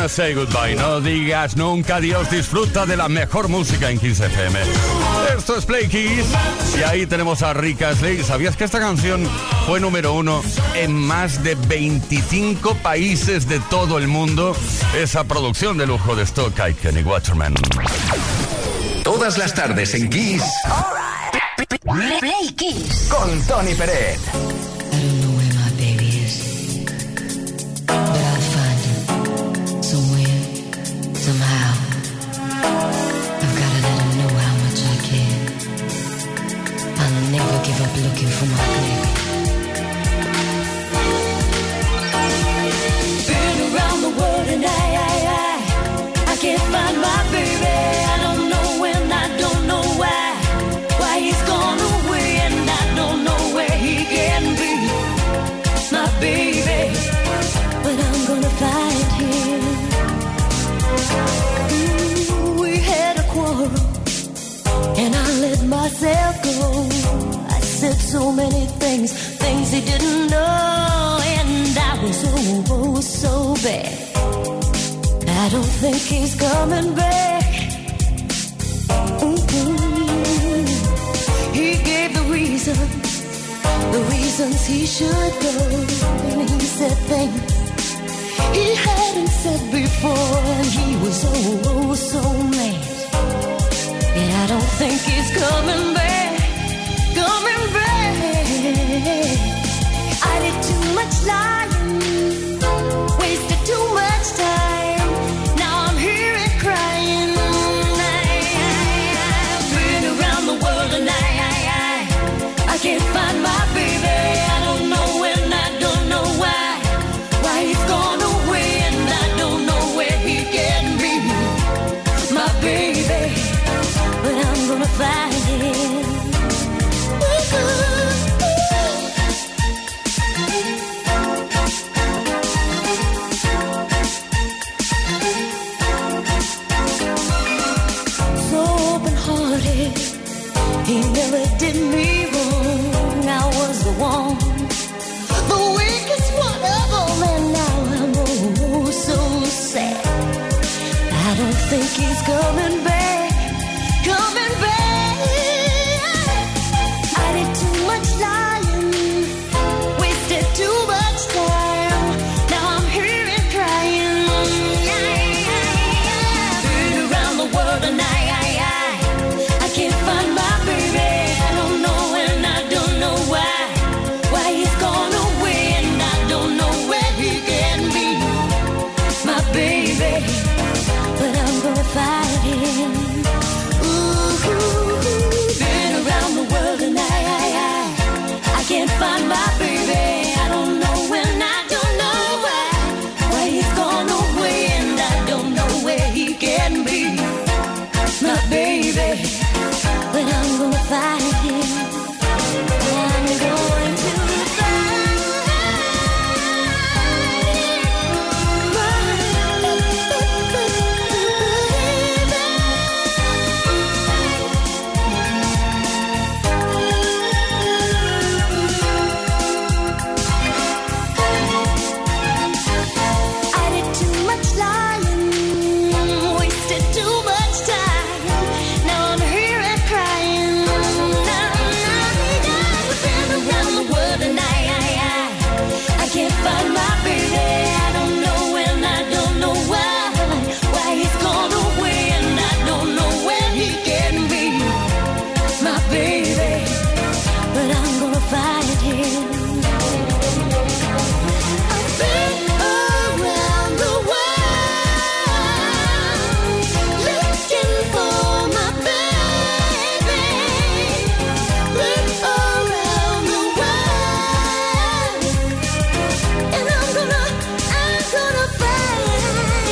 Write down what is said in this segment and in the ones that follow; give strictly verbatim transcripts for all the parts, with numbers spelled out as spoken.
say goodbye. No digas nunca adiós. Disfruta de la mejor música en Kiss F M. Esto es Play Kiss. Y ahí tenemos a Rick Astley. ¿Sabías que esta canción fue número uno en más de veinticinco países de todo el mundo? Esa producción de lujo de Stock Aitken y Waterman. Todas las tardes en Kiss. Right. Play Kiss con Tony Peret. I don't know where my baby is, but I'll find him somewhere, somehow. I've gotta let him know how much I care. I'll never give up looking for my baby. Been around the world and I, I, I, I can't find my baby. I don't know when, I don't know why. Why he's gone away and I don't know where he can be. My baby, but I'm gonna find him. Ooh, we had a quarrel and I let myself go. I said so many things, things he didn't know, and I was oh, oh so bad. I don't think he's coming back. Mm-hmm. He gave the reasons, the reasons he should go, and he said things he hadn't said before, and he was oh, oh so mad. And I don't think he's coming back, coming back. I did too much lying, wasted too much time. Now I'm here and crying. I, I, I've been around the world and I, I, I, I can't find my baby. I don't know when, I don't know why. Why he's gone away and I don't know where he can be. My baby, but I'm gonna find him. He never did me wrong. I was the one, the weakest one of them, and now I'm oh so sad. I don't think he's coming back, coming back. I did too much lying, wasted too much time. Now I'm here and crying. Been around the world and I, I, I, I can't find my baby. I don't know and I don't know why. Why he's gone away and I don't know where he can be. My baby, but I'm gonna find him. Ooh, been around the world and I, I, I, I can't find my baby. I don't know when, I don't know why. Why he's gone away and I don't know where he can be. My baby, but I'm gonna find him. I'm going to find I did too much lying, wasted too much time. Now I'm here and crying. I've been around the world and I, I, I, I can't find my baby. I don't know when, I don't know why. Why he's gone away and I don't know where he can be. My baby, but I'm gonna find him. I've been around the world looking for my baby. Been around the world, and I'm gonna, I'm gonna find.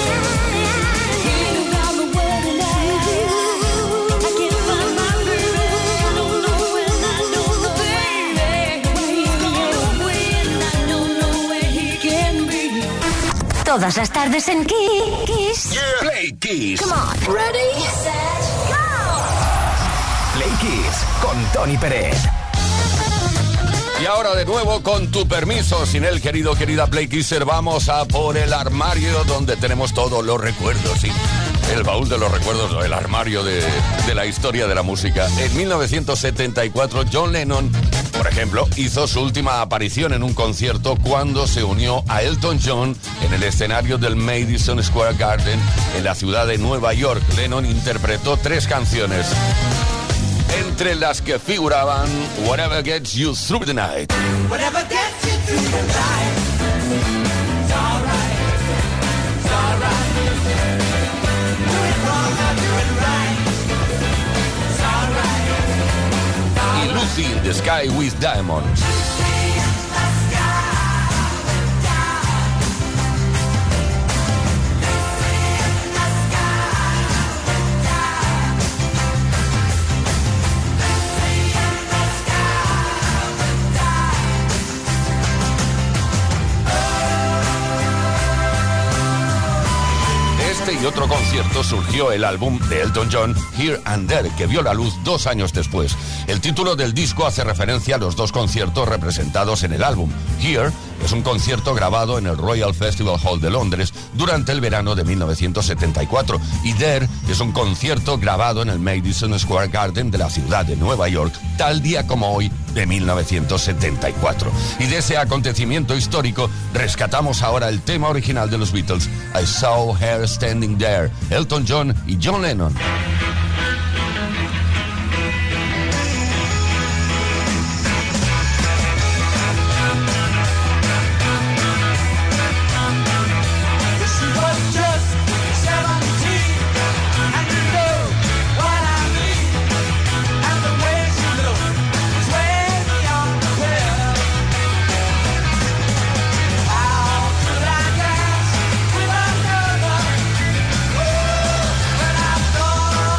Been around the world and I, I can't find my baby. I don't know when, I don't know baby. Why he's gone away and I don't know where he can be. todas las tardes en Kiss. Play Kiss. Come on. Ready, set, go. Play Kiss con Tony Peret. Y ahora de nuevo, con tu permiso, sin él, querido, querida Play Kisser, vamos a por el armario donde tenemos todos los recuerdos, sí. El baúl de los recuerdos, el armario de, de la historia de la música. En mil novecientos setenta y cuatro, John Lennon, por ejemplo, hizo su última aparición en un concierto cuando se unió a Elton John en el escenario del Madison Square Garden en la ciudad de Nueva York. Lennon interpretó tres canciones, entre las que figuraban Whatever Gets You Through the Night. Whatever gets you through the night. It's alright. It's alright. Do it wrong or do it right. It's alright. Y Lucy in the Sky with Diamonds. Y otro concierto surgió el álbum de Elton John, Here and There, que vio la luz dos años después. El título del disco hace referencia a los dos conciertos representados en el álbum. Here es un concierto grabado en el Royal Festival Hall de Londres durante el verano de mil novecientos setenta y cuatro, y There es un concierto grabado en el Madison Square Garden de la ciudad de Nueva York, tal día como hoy de mil novecientos setenta y cuatro. Y de ese acontecimiento histórico rescatamos ahora el tema original de los Beatles, I Saw Her Standing There, Elton John y John Lennon. When I thought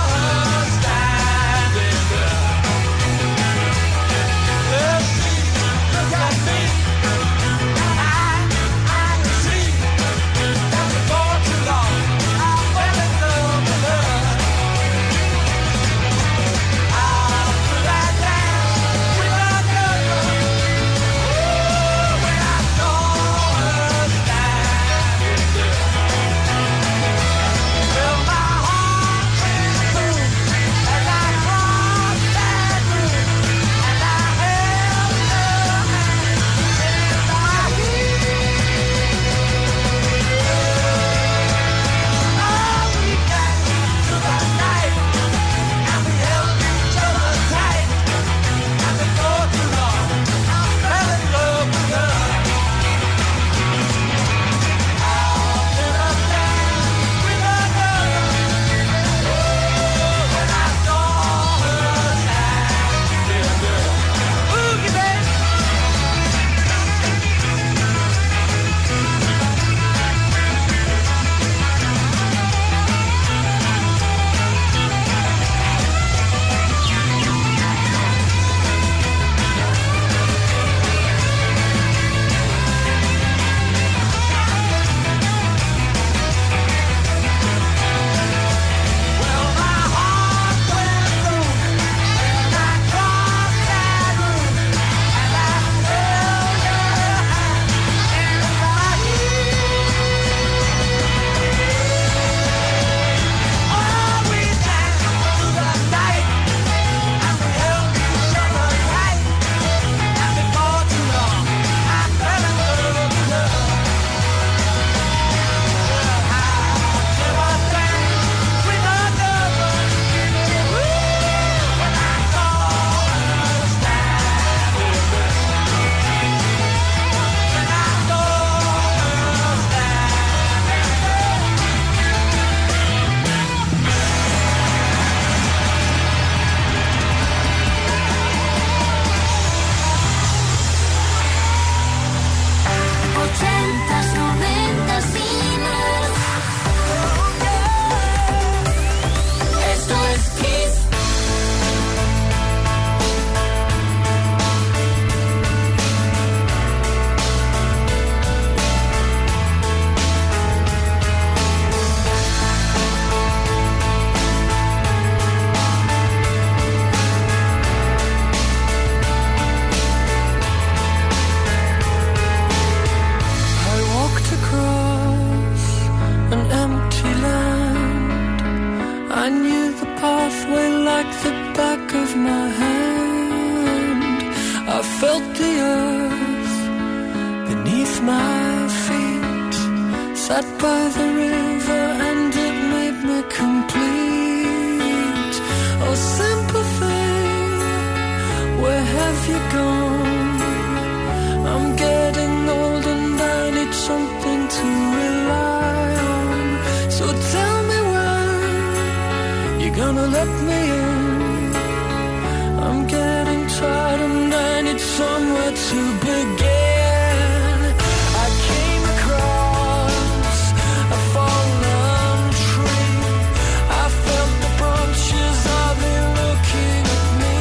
I knew the pathway like the back of my hand. I felt the earth beneath my feet. Sat by the river and it made me complete. Oh, simple thing, where have you gone? I'm getting old and I need something to rely on. So tell me when you're gonna let me in. I'm getting tired and I need somewhere to begin. I came across a fallen tree. I felt the branches of it looking at me.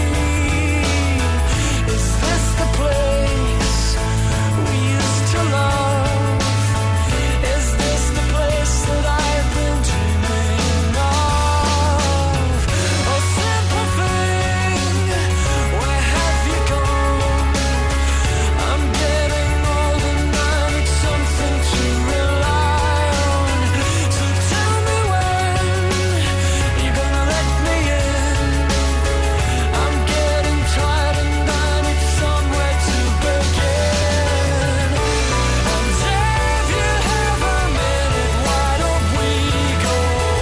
Is this the place we used to love? Is this the place that I've been dreaming of? Oh, simple thing, where have you gone? I'm getting old and I need something to rely on. So tell me when you're gonna let me in. I'm getting tired and I need somewhere to begin. And if you have a minute, why don't we go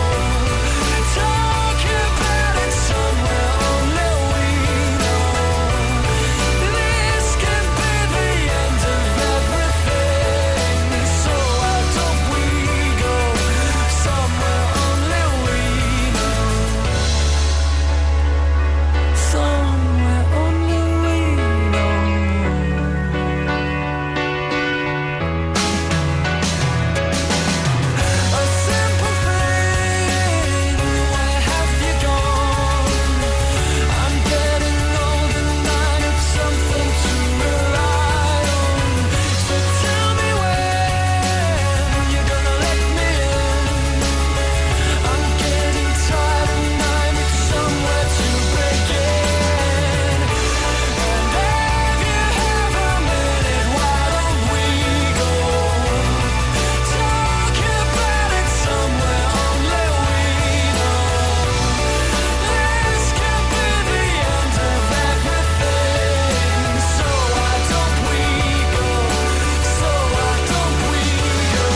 talk about it somewhere only we know? This could be the end of everything. So why don't we go somewhere only we know? Somewhere only we know. A simple thing, where have you gone? I'm getting old and I need something to rely on. So tell me when you're gonna let me in. I'm getting tired and I need somewhere to begin. And if you have a minute, why don't we go talk about it somewhere only we know? This could be the end of everything. So why don't we go? So why don't we go?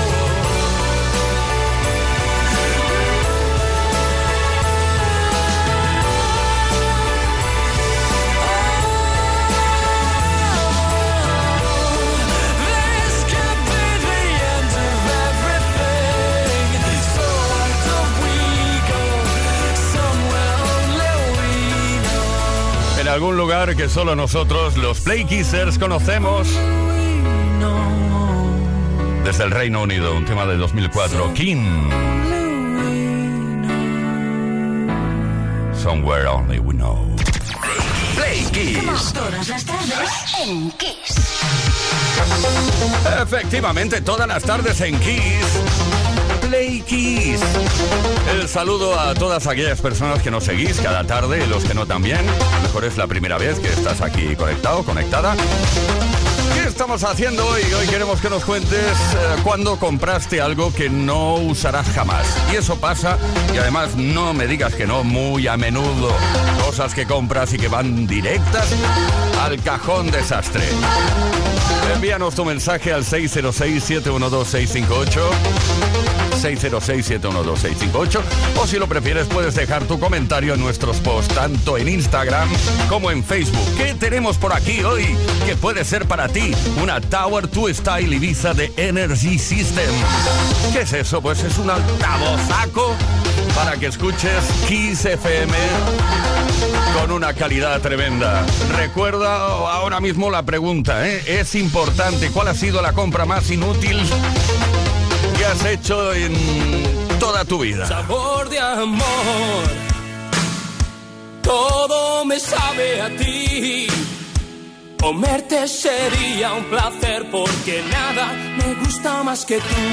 This could be the end of everything. So why don't we go somewhere only we know? En algún lugar que solo nosotros, los Play Kissers, conocemos. We know, Desde el Reino Unido, un tema de dos mil cuatro. King, only we know. Somewhere Only We Know. Play Kiss. Todas las tardes en Kiss. Efectivamente, todas las tardes en Kiss. Play Kiss. El saludo a todas aquellas personas que nos seguís cada tarde y los que no también. A lo mejor es la primera vez que estás aquí conectado, conectada. ¿Qué estamos haciendo hoy? Hoy queremos que nos cuentes eh, cuándo compraste algo que no usarás jamás. Y eso pasa, y además no me digas que no, muy a menudo. Cosas que compras y que van directas al cajón desastre. Envíanos tu mensaje al seis cero seis, siete uno dos, seis cinco ocho. seis cero seis, siete uno dos, seis cinco ocho. O si lo prefieres puedes dejar tu comentario en nuestros posts, tanto en Instagram como en Facebook. ¿Qué tenemos por aquí hoy que puede ser para ti? Una Tower two Style Ibiza de Energy System. ¿Qué es eso? Pues es un altavozaco para que escuches Kiss F M con una calidad tremenda. Recuerda ahora mismo la pregunta, ¿eh? Es importante. ¿Cuál ha sido la compra más inútil que has hecho en toda tu vida? Sabor de amor, todo me sabe a ti. Comerte sería un placer porque nada me gusta más que tú.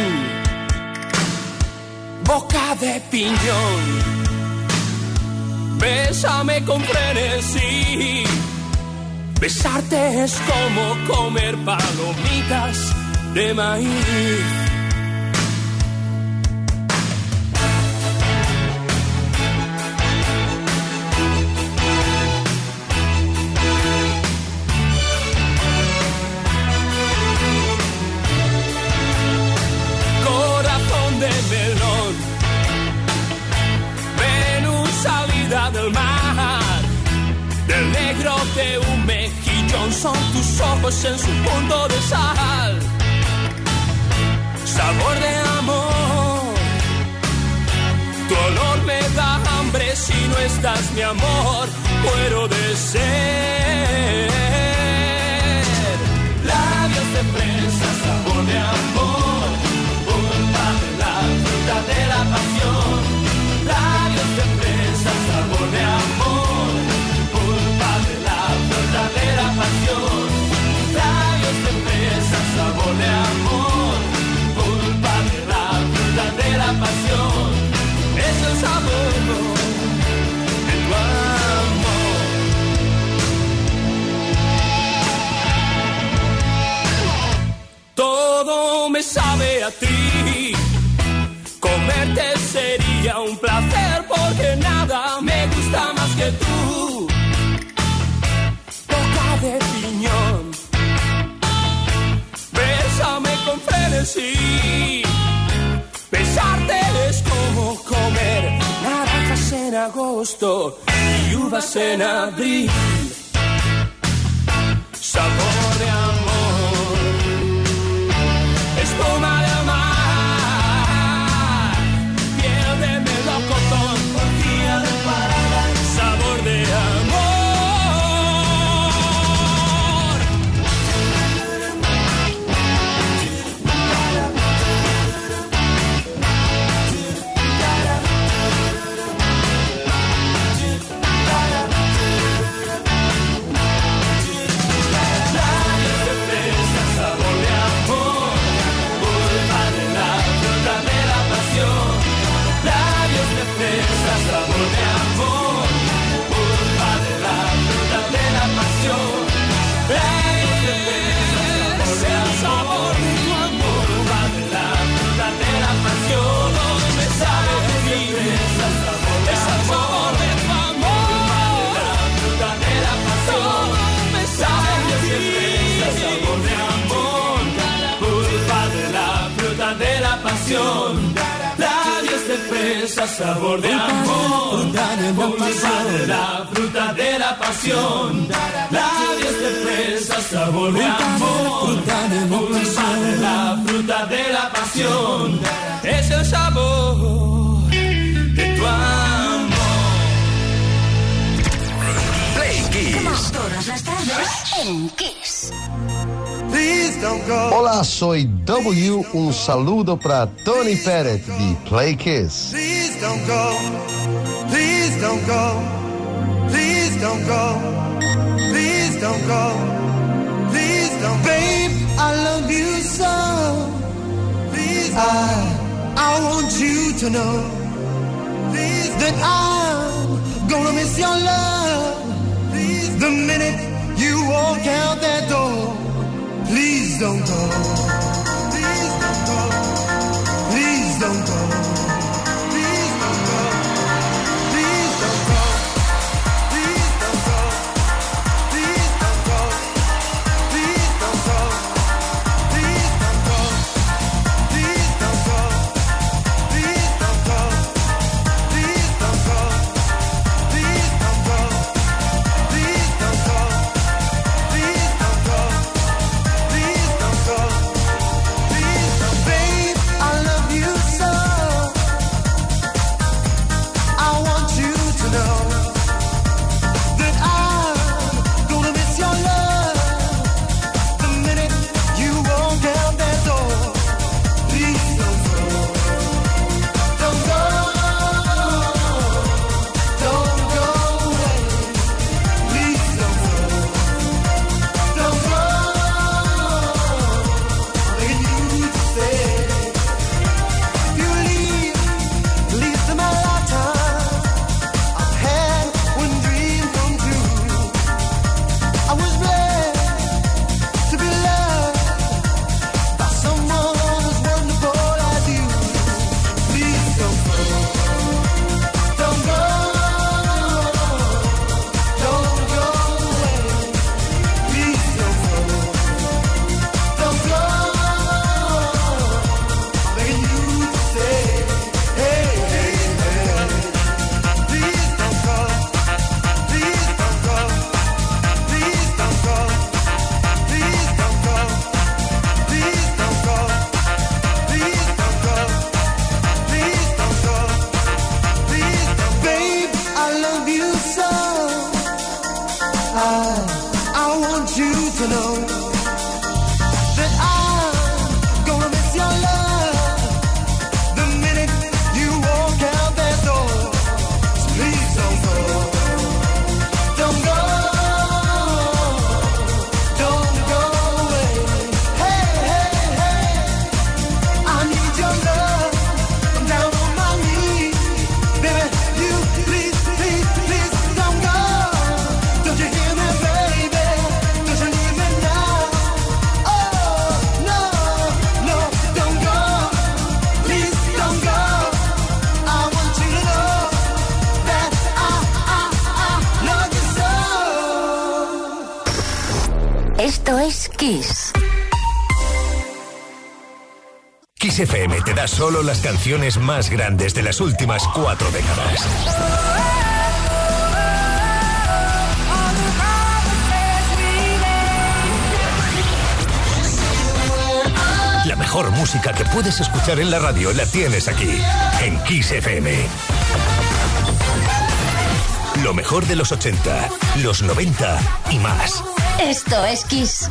Boca de piñón, bésame con frenesí. Besarte es como comer palomitas de maíz. negro de un mejillón son tus ojos en su punto de sal. Sabor de amor, tu olor me da hambre. Si no estás, mi amor, muero de sed. Labios de fresa, sabor de amor, pulpa de la fruta de la pasión. Labios de fresa, sabor de amor, pulpa de la fruta de la pasión. Labios de fresa, sabor de amor, pulpa de la fruta de la pasión. Es el sabor de tu amor. Todo me sabe a ti. Comerte sería un placer porque nada me gusta más que tú. Boca de piñón, bésame con frenesí. Besarte es como comer naranjas en agosto y uvas en abril. Sabor de amor, espuma de mar, piel de melocotón, orgía de parada, sabor de amor. Labios de fresa, sabor de amor, pulpa de la fruta de la pasión. Labios de fresa, sabor de amor, pulpa de la fruta de la pasión. Es el sabor de tu amor. Play Kiss. Todas las tardes en Kiss. Hola, soy W. Un saludo para Tony Pérez de Play Kiss. Please don't go. Please don't go. Please don't go. Please don't go. Please don't go. Babe, I love you so. Please I, I want you to know. Please that I'm gonna miss your love. Please the minute you walk out that door. Please don't go. Please don't go. Please don't go. Please don't go. Please don't go. Please don't go. Please don't go. Please don't go. Please don't go. Please don't go. Please don't go. Please don't go. Please don't go. Please don't go. Please don't go. Please don't go. to know that I'm gonna miss your love the minute you walk out that door. So please don't go, don't go, don't go away. Hey, hey, hey, I need your love. I'm down on my knees, baby. You please, please, please don't go. Don't you hear me, baby? Don't you leave me now? Oh no, no, don't go. Please don't go. I want you to know that I, I, I love you so. Esto es Kiss. Kiss F M te da solo las canciones más grandes de las últimas cuatro décadas. La mejor música que puedes escuchar en la radio la tienes aquí, en Kiss F M. Lo mejor de los ochenta, los noventa y más. Esto es Kiss.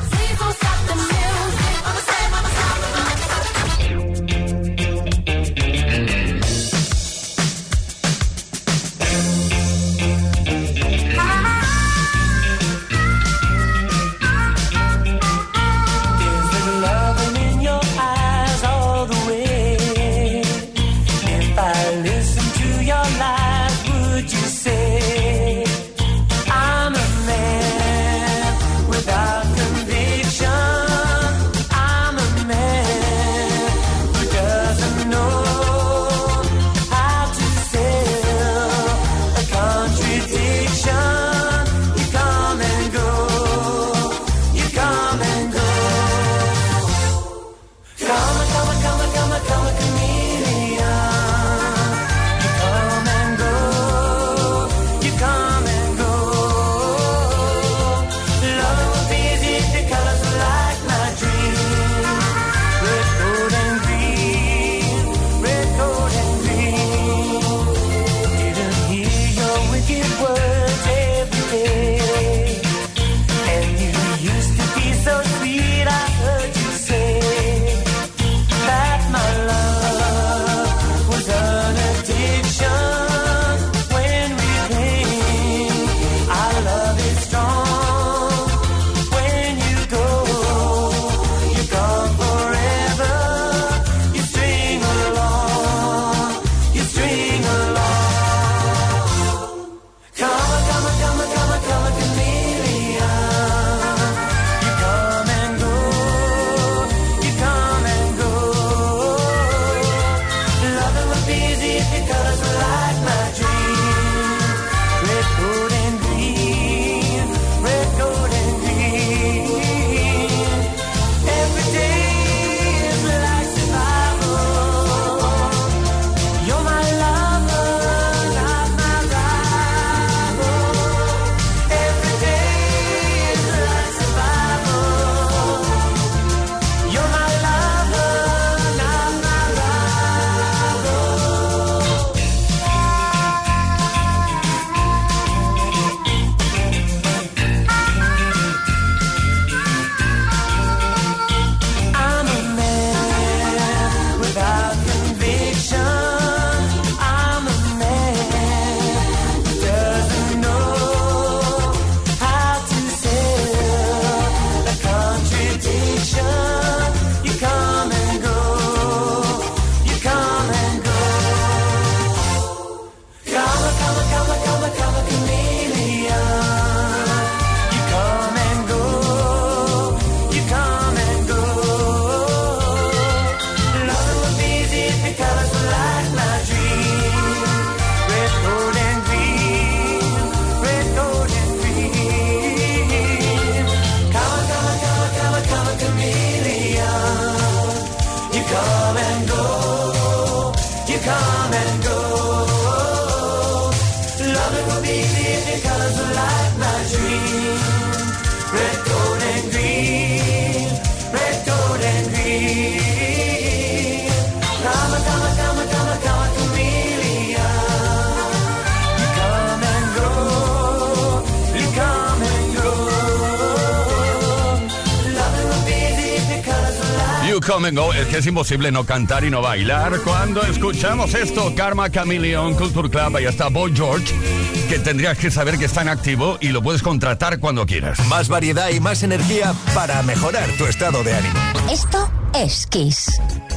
Come and Go. Es que es imposible no cantar y no bailar cuando escuchamos esto. Karma Chameleon, Culture Club. Ahí está Boy George, que tendrías que saber que está en activo y lo puedes contratar cuando quieras. Más variedad y más energía para mejorar tu estado de ánimo. Esto es Kiss.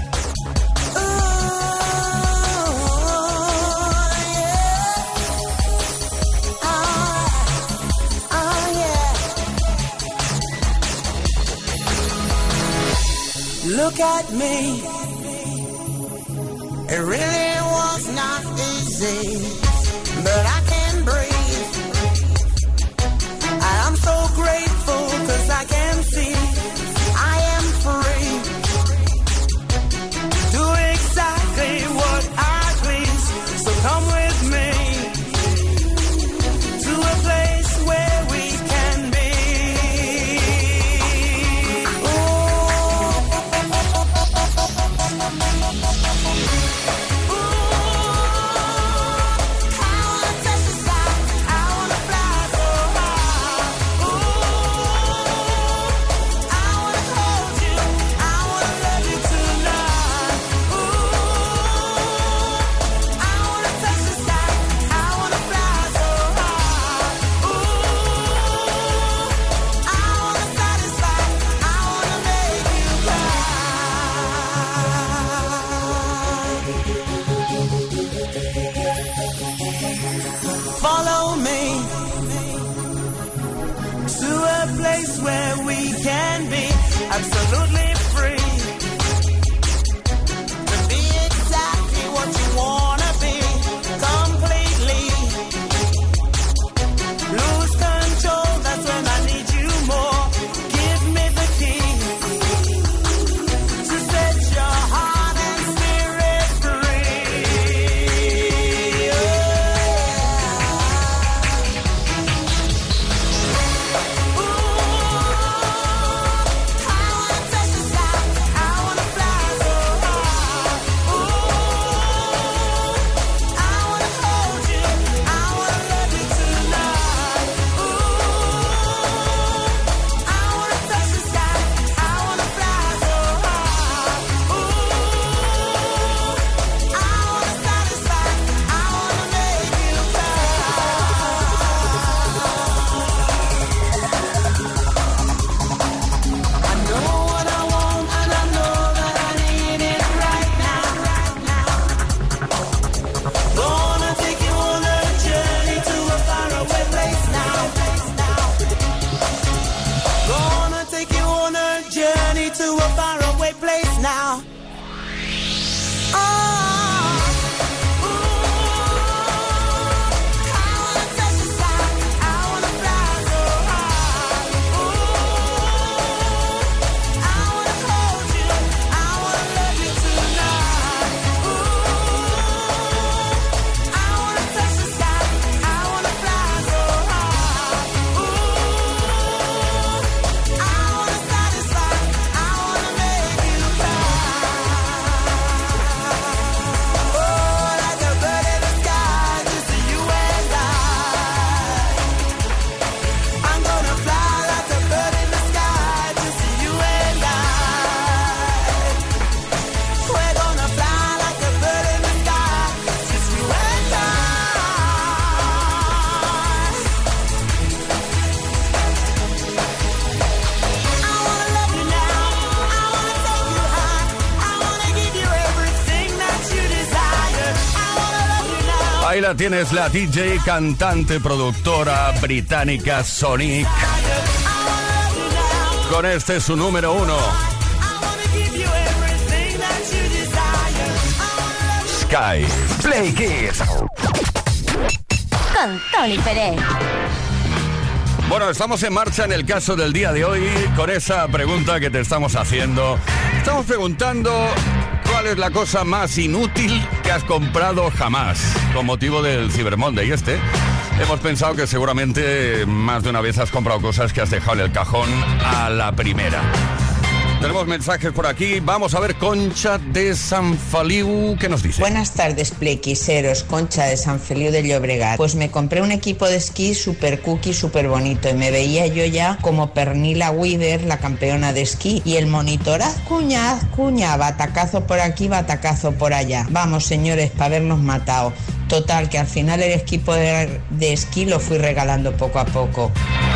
Look at me. It really was not easy, but I can breathe. I'm so grateful 'cause I can see I am free. Do exactly what I please. So come with me to a place where we can be. Follow me to a place where we can be absolutely free. To be exactly what you wanna be, completely. Lose control, that's when I need you more. Give me the key to set your heart and spirit free. Ahí la tienes, la D J, cantante, productora británica Sonic. Con este su número uno. Sky. Play Kiss. Con Tony Pérez. Bueno, estamos en marcha en el caso del día de hoy con esa pregunta que te estamos haciendo. Estamos preguntando cuál es la cosa más inútil que has comprado jamás con motivo del Cyber Monday este. Hemos pensado que seguramente más de una vez has comprado cosas que has dejado en el cajón a la primera. Tenemos mensajes por aquí. Vamos a ver Concha de San Feliu, ¿qué nos dice? Buenas tardes, plequiseros. Concha de San Feliu de Llobregat. Pues me compré un equipo de esquí super cookie, super bonito, y me veía yo ya como Pernilla Wider, la campeona de esquí, y el monitor, haz cuña, haz cuña, batacazo por aquí, batacazo por allá. Vamos, señores, para habernos matado. Total, que al final el equipo de, de esquí lo fui regalando poco a poco.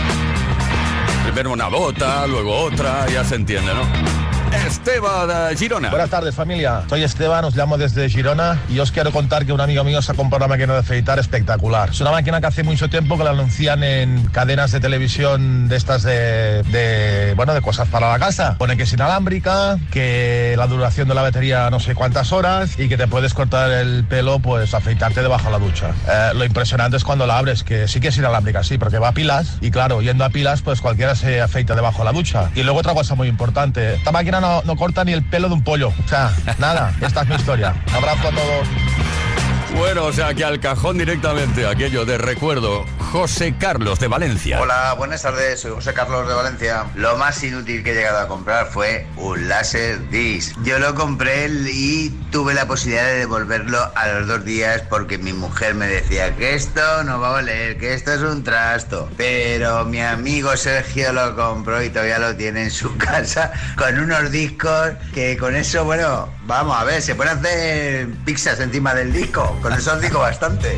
Primero una bota, luego otra, ya se entiende, ¿no? Esteban de Girona. Buenas tardes, familia. Soy Esteban, os llamo desde Girona y os quiero contar que un amigo mío se ha comprado una máquina de afeitar espectacular. Es una máquina que hace mucho tiempo que la anuncian en cadenas de televisión de estas de, de bueno, de cosas para la casa. Pone que es inalámbrica, que la duración de la batería no sé cuántas horas y que te puedes cortar el pelo, pues afeitarte debajo de la ducha. Eh, lo impresionante es cuando la abres, que sí que es inalámbrica, sí, porque va a pilas y claro, yendo a pilas, pues cualquiera se afeita debajo de la ducha. Y luego otra cosa muy importante, esta máquina no, no corta ni el pelo de un pollo. O sea, nada, esta es mi historia. Abrazo a todos. Bueno, o sea que al cajón directamente, aquello de recuerdo. José Carlos de Valencia. Hola, buenas tardes, soy José Carlos de Valencia. Lo más inútil que he llegado a comprar fue un Laserdisc. Yo lo compré y tuve la posibilidad de devolverlo a los dos días porque mi mujer me decía que esto no va a valer, que esto es un trasto. Pero mi amigo Sergio lo compró y todavía lo tiene en su casa con unos discos que con eso, bueno, vamos a ver, se pueden hacer pizzas encima del disco. Con eso os digo bastante.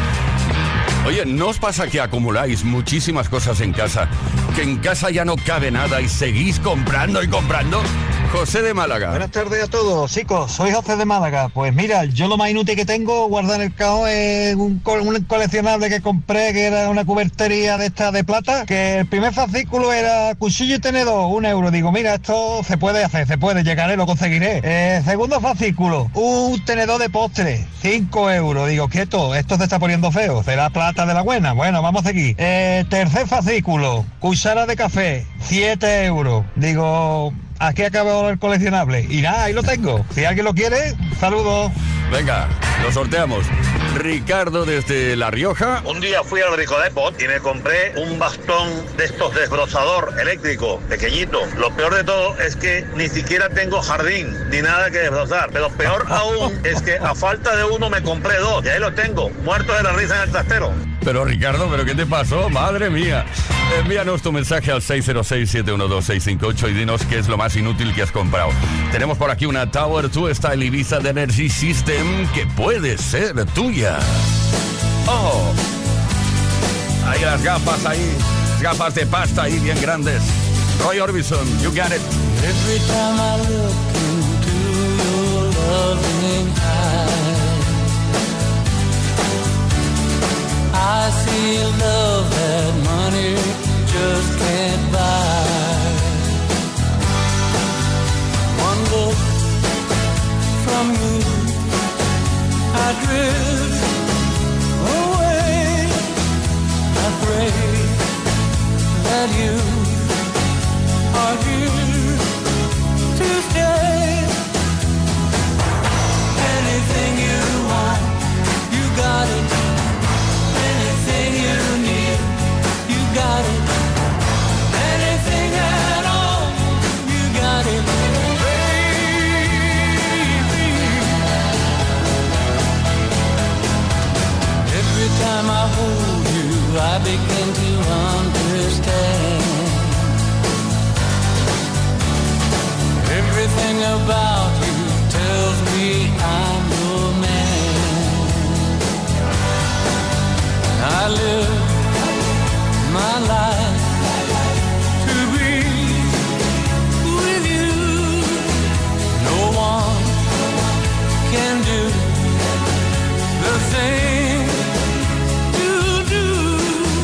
Oye, ¿no os pasa que acumuláis muchísimas cosas en casa? Que en casa ya no cabe nada y seguís comprando y comprando. José de Málaga. Buenas tardes a todos, chicos. Soy José de Málaga. Pues mira, yo lo más inútil que tengo guardado en el cajón es un, co- un coleccionable que compré, que era una cubertería de esta de plata, que el primer fascículo era cuchillo y tenedor, un euro. Digo, mira, esto se puede hacer, se puede, llegaré, lo conseguiré. Eh, segundo fascículo, un tenedor de postre, cinco euros. Digo, quieto, esto se está poniendo feo, será plata de la buena. Bueno, vamos a seguir. Eh, tercer fascículo, cuchara de café, siete euros. Digo, aquí acabó el coleccionable. Y nada, ahí lo tengo. Si alguien lo quiere, saludos. Venga, lo sorteamos. Ricardo desde La Rioja. Un día fui al Rico Depot y me compré un bastón de estos desbrozador eléctrico, pequeñito. Lo peor de todo es que ni siquiera tengo jardín ni nada que desbrozar. Pero peor aún es que a falta de uno me compré dos. Y ahí lo tengo, muerto de la risa en el trastero. Pero Ricardo, ¿pero qué te pasó? Madre mía. Envíanos tu mensaje al seis cero seis, siete uno dos, seis cinco ocho y dinos qué es lo más inútil que has comprado. Tenemos por aquí una Tower dos Style Ibiza de Energy System que puede ser tuya. ¡Oh! Ahí las gafas, ahí. Gafas de pasta ahí bien grandes. Roy Orbison, you got it. Every time I look into your loving eyes, I see love that money just can't buy. One look from you, I drift away. I pray that you are here to stay. Anything you want, you got it. Anything you need, you got it. Anything at all, you got it. Baby, every time I hold you, I begin to understand. Everything about you tells me I'm your man. I live my life to be with you. No one can do the thing you do.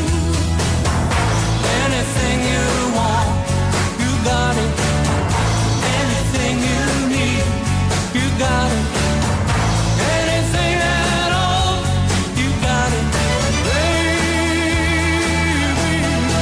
Anything you want, you got it. Anything you need, you got it. Anything at all, you got it. Baby,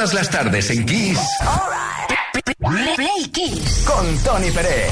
Todas las tardes en Kiss. Play Kiss. Con Tony Pérez.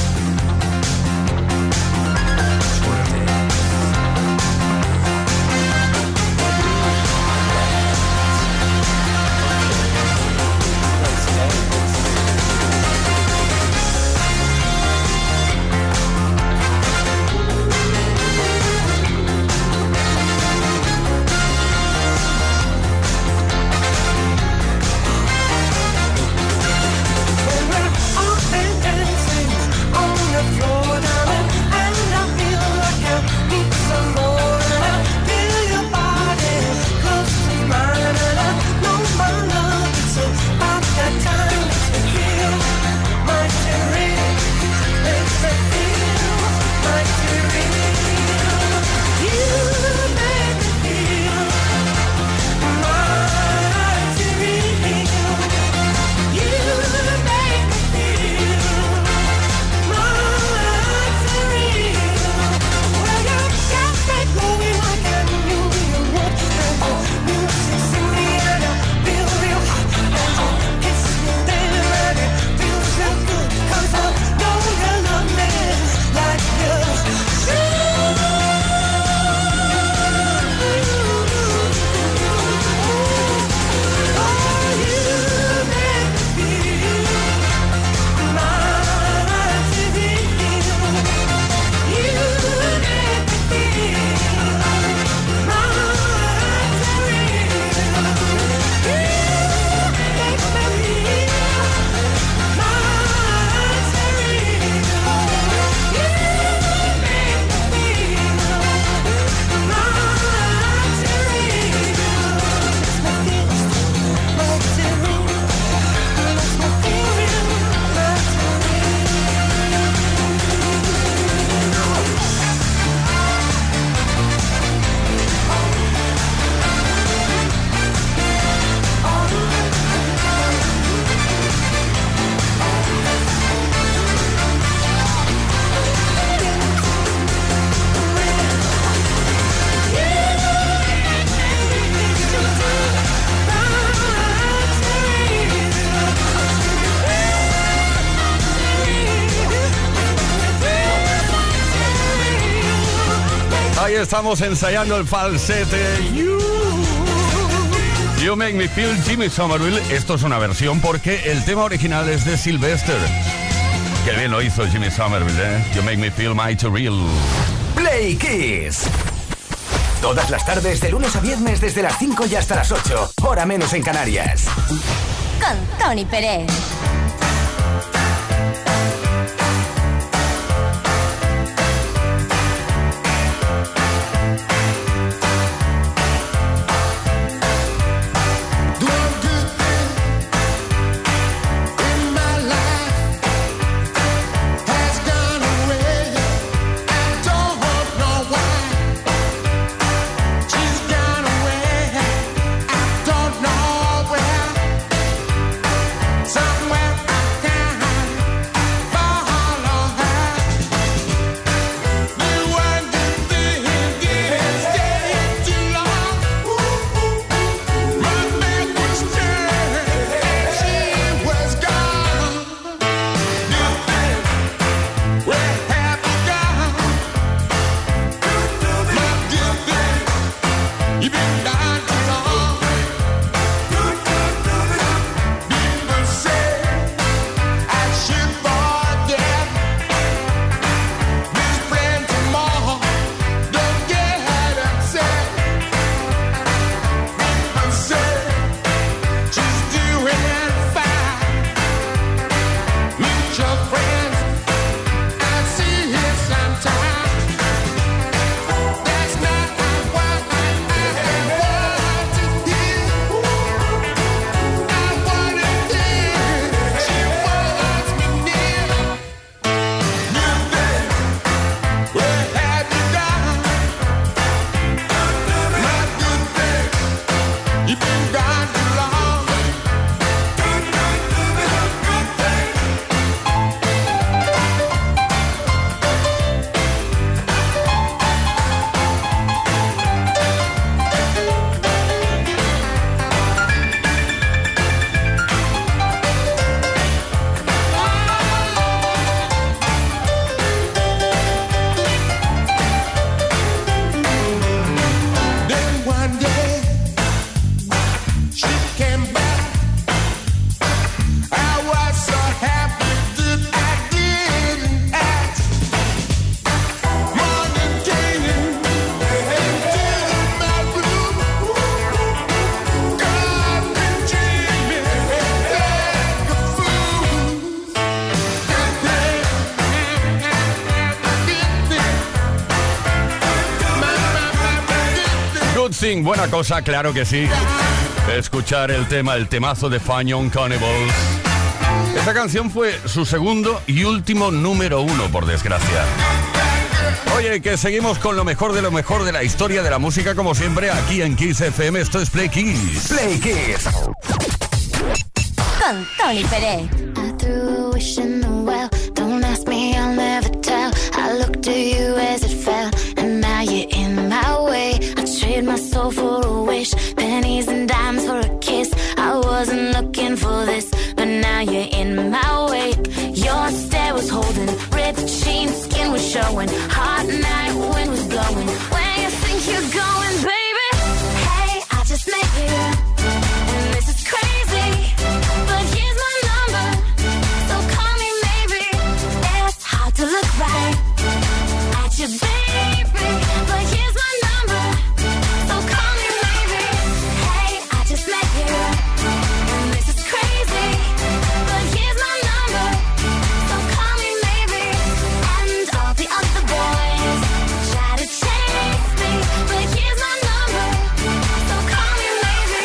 Ahí estamos ensayando el falsete. You, you Make Me Feel, Jimmy Somerville. Esto es una versión porque el tema original es de Sylvester. Qué bien lo hizo Jimmy Somerville, ¿eh? You Make Me Feel Mighty Real. Play Kiss. Todas las tardes, de lunes a viernes, desde las cinco y hasta las ocho. Hora menos en Canarias. Con Tony Pérez. Somewhere Something, buena cosa, claro que sí. Escuchar el tema, el temazo de Fun Young Cannibals. Esta canción fue su segundo y último número uno, por desgracia. Oye, que seguimos con lo mejor de lo mejor de la historia de la música, como siempre, aquí en Kiss F M. Esto es Play Kiss. Play Kiss. Con Tony Pérez. I threw a wish in the well. Don't ask me, I'll never tell. I looked to you as it fell, and now you're in my way. I trade my soul for a wish, pennies and dimes for a kiss. I wasn't looking for this, but now you're in my way. Your stare was holding, ripped jeans, skin was showing. Hot night, wind was blowing. Where you think you're going, baby? Hey, I just met you, and this is crazy. But here's my number, so call me maybe. It's hard to look right at you, baby. But here's my number, so call me maybe. Hey, I just met you, and this is crazy. But here's my number, so call me maybe. And all the other boys try to chase me, but here's my number, so call me maybe.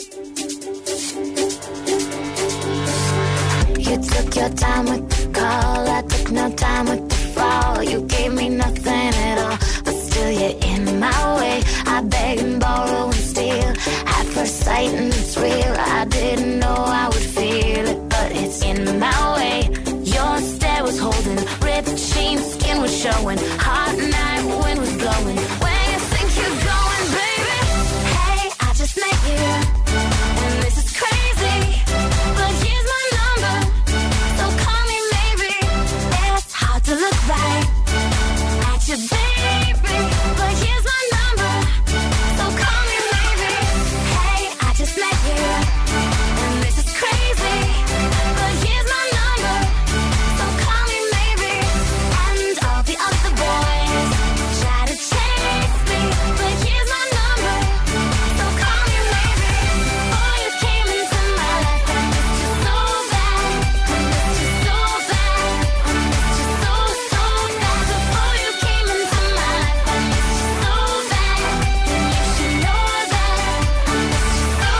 You took your time with the call, I took no time with the fall. You gave me nothing at all, but still you're in my way. I beg and borrow and steal, at first sight and it's real. I didn't know I would feel it, but it's in my way. Your stare was holding, ripped jeans, skin was showing. Hot night, wind was blowing. Where you think you're going, baby? Hey, I just met you, and this is crazy. But here's my number, so call me maybe. It's hard to look right at you, baby. But here's my number, so call me maybe. Hey, I just met you, and this is crazy. But here's my number, so call me maybe. And all the other boys try to chase me, but here's my number, so call me maybe. Oh, you came into my life, I missed you so bad. I missed you so bad. I missed you so, so bad. Before you came into my life, I missed you so bad. And you should know that. I missed you so,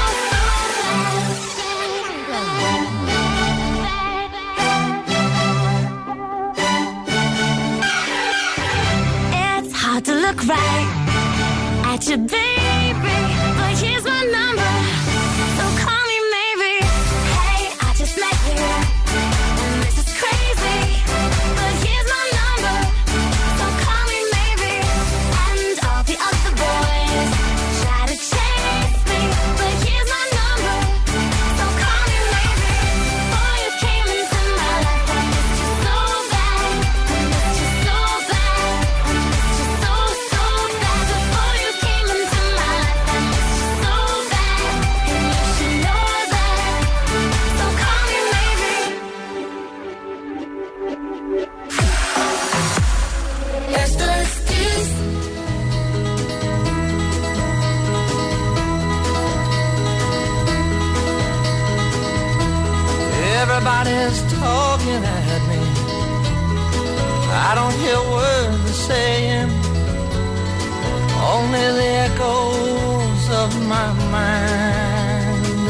so bad. It's hard to look right at you, baby. But here's my number, so call me maybe. Hey, I just met you, and this is crazy. But here's my number, so call me maybe. And all the other boys try to chase me, but here's my number, so call me maybe. Before you came into my life, I missed you so bad. I missed you so bad. I missed you so, so bad. Before you came into my life, I missed you so bad. And you should know that, so call me maybe. Esto es Kiss. Everybody's talking at me. I don't hear words they're saying, only the echoes of my mind.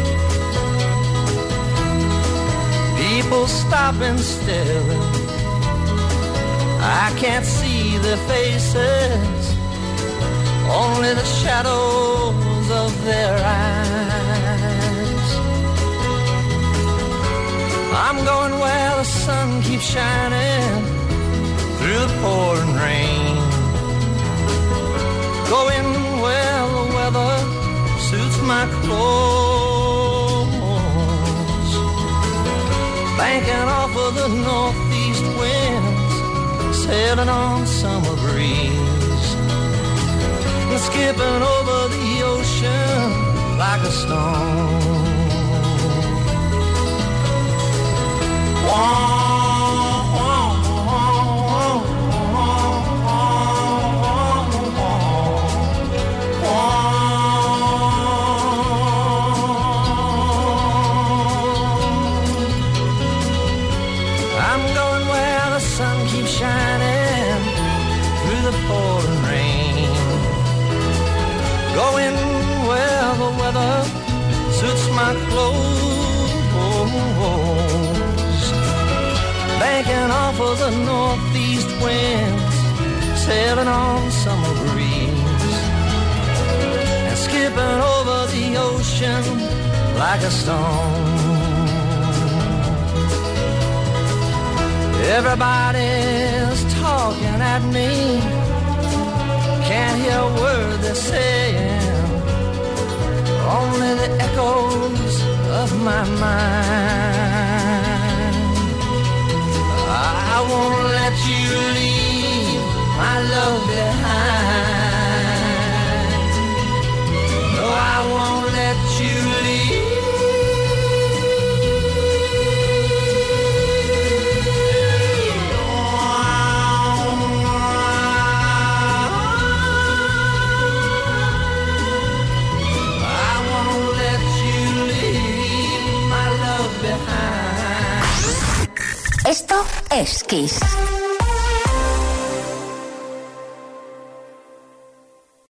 People stop and stare. I can't see their faces, only the shadows of their eyes. I'm going where the sun keeps shining through the pouring rain, going where the weather suits my clothes, banking off of the northeast winds, sailing on summer breeze, and skipping over the ocean like a stone. I'm going where the sun keeps shining through the pouring rain, Going where the weather suits my clothes, banking off of the northeast winds, sailing on summer breeze, and skipping over the ocean like a stone. Everybody's talking at me, can't hear a word they're saying, only the echoes of my mind. I won't let you leave my love behind. No, I won't let you leave. Esto es Kiss.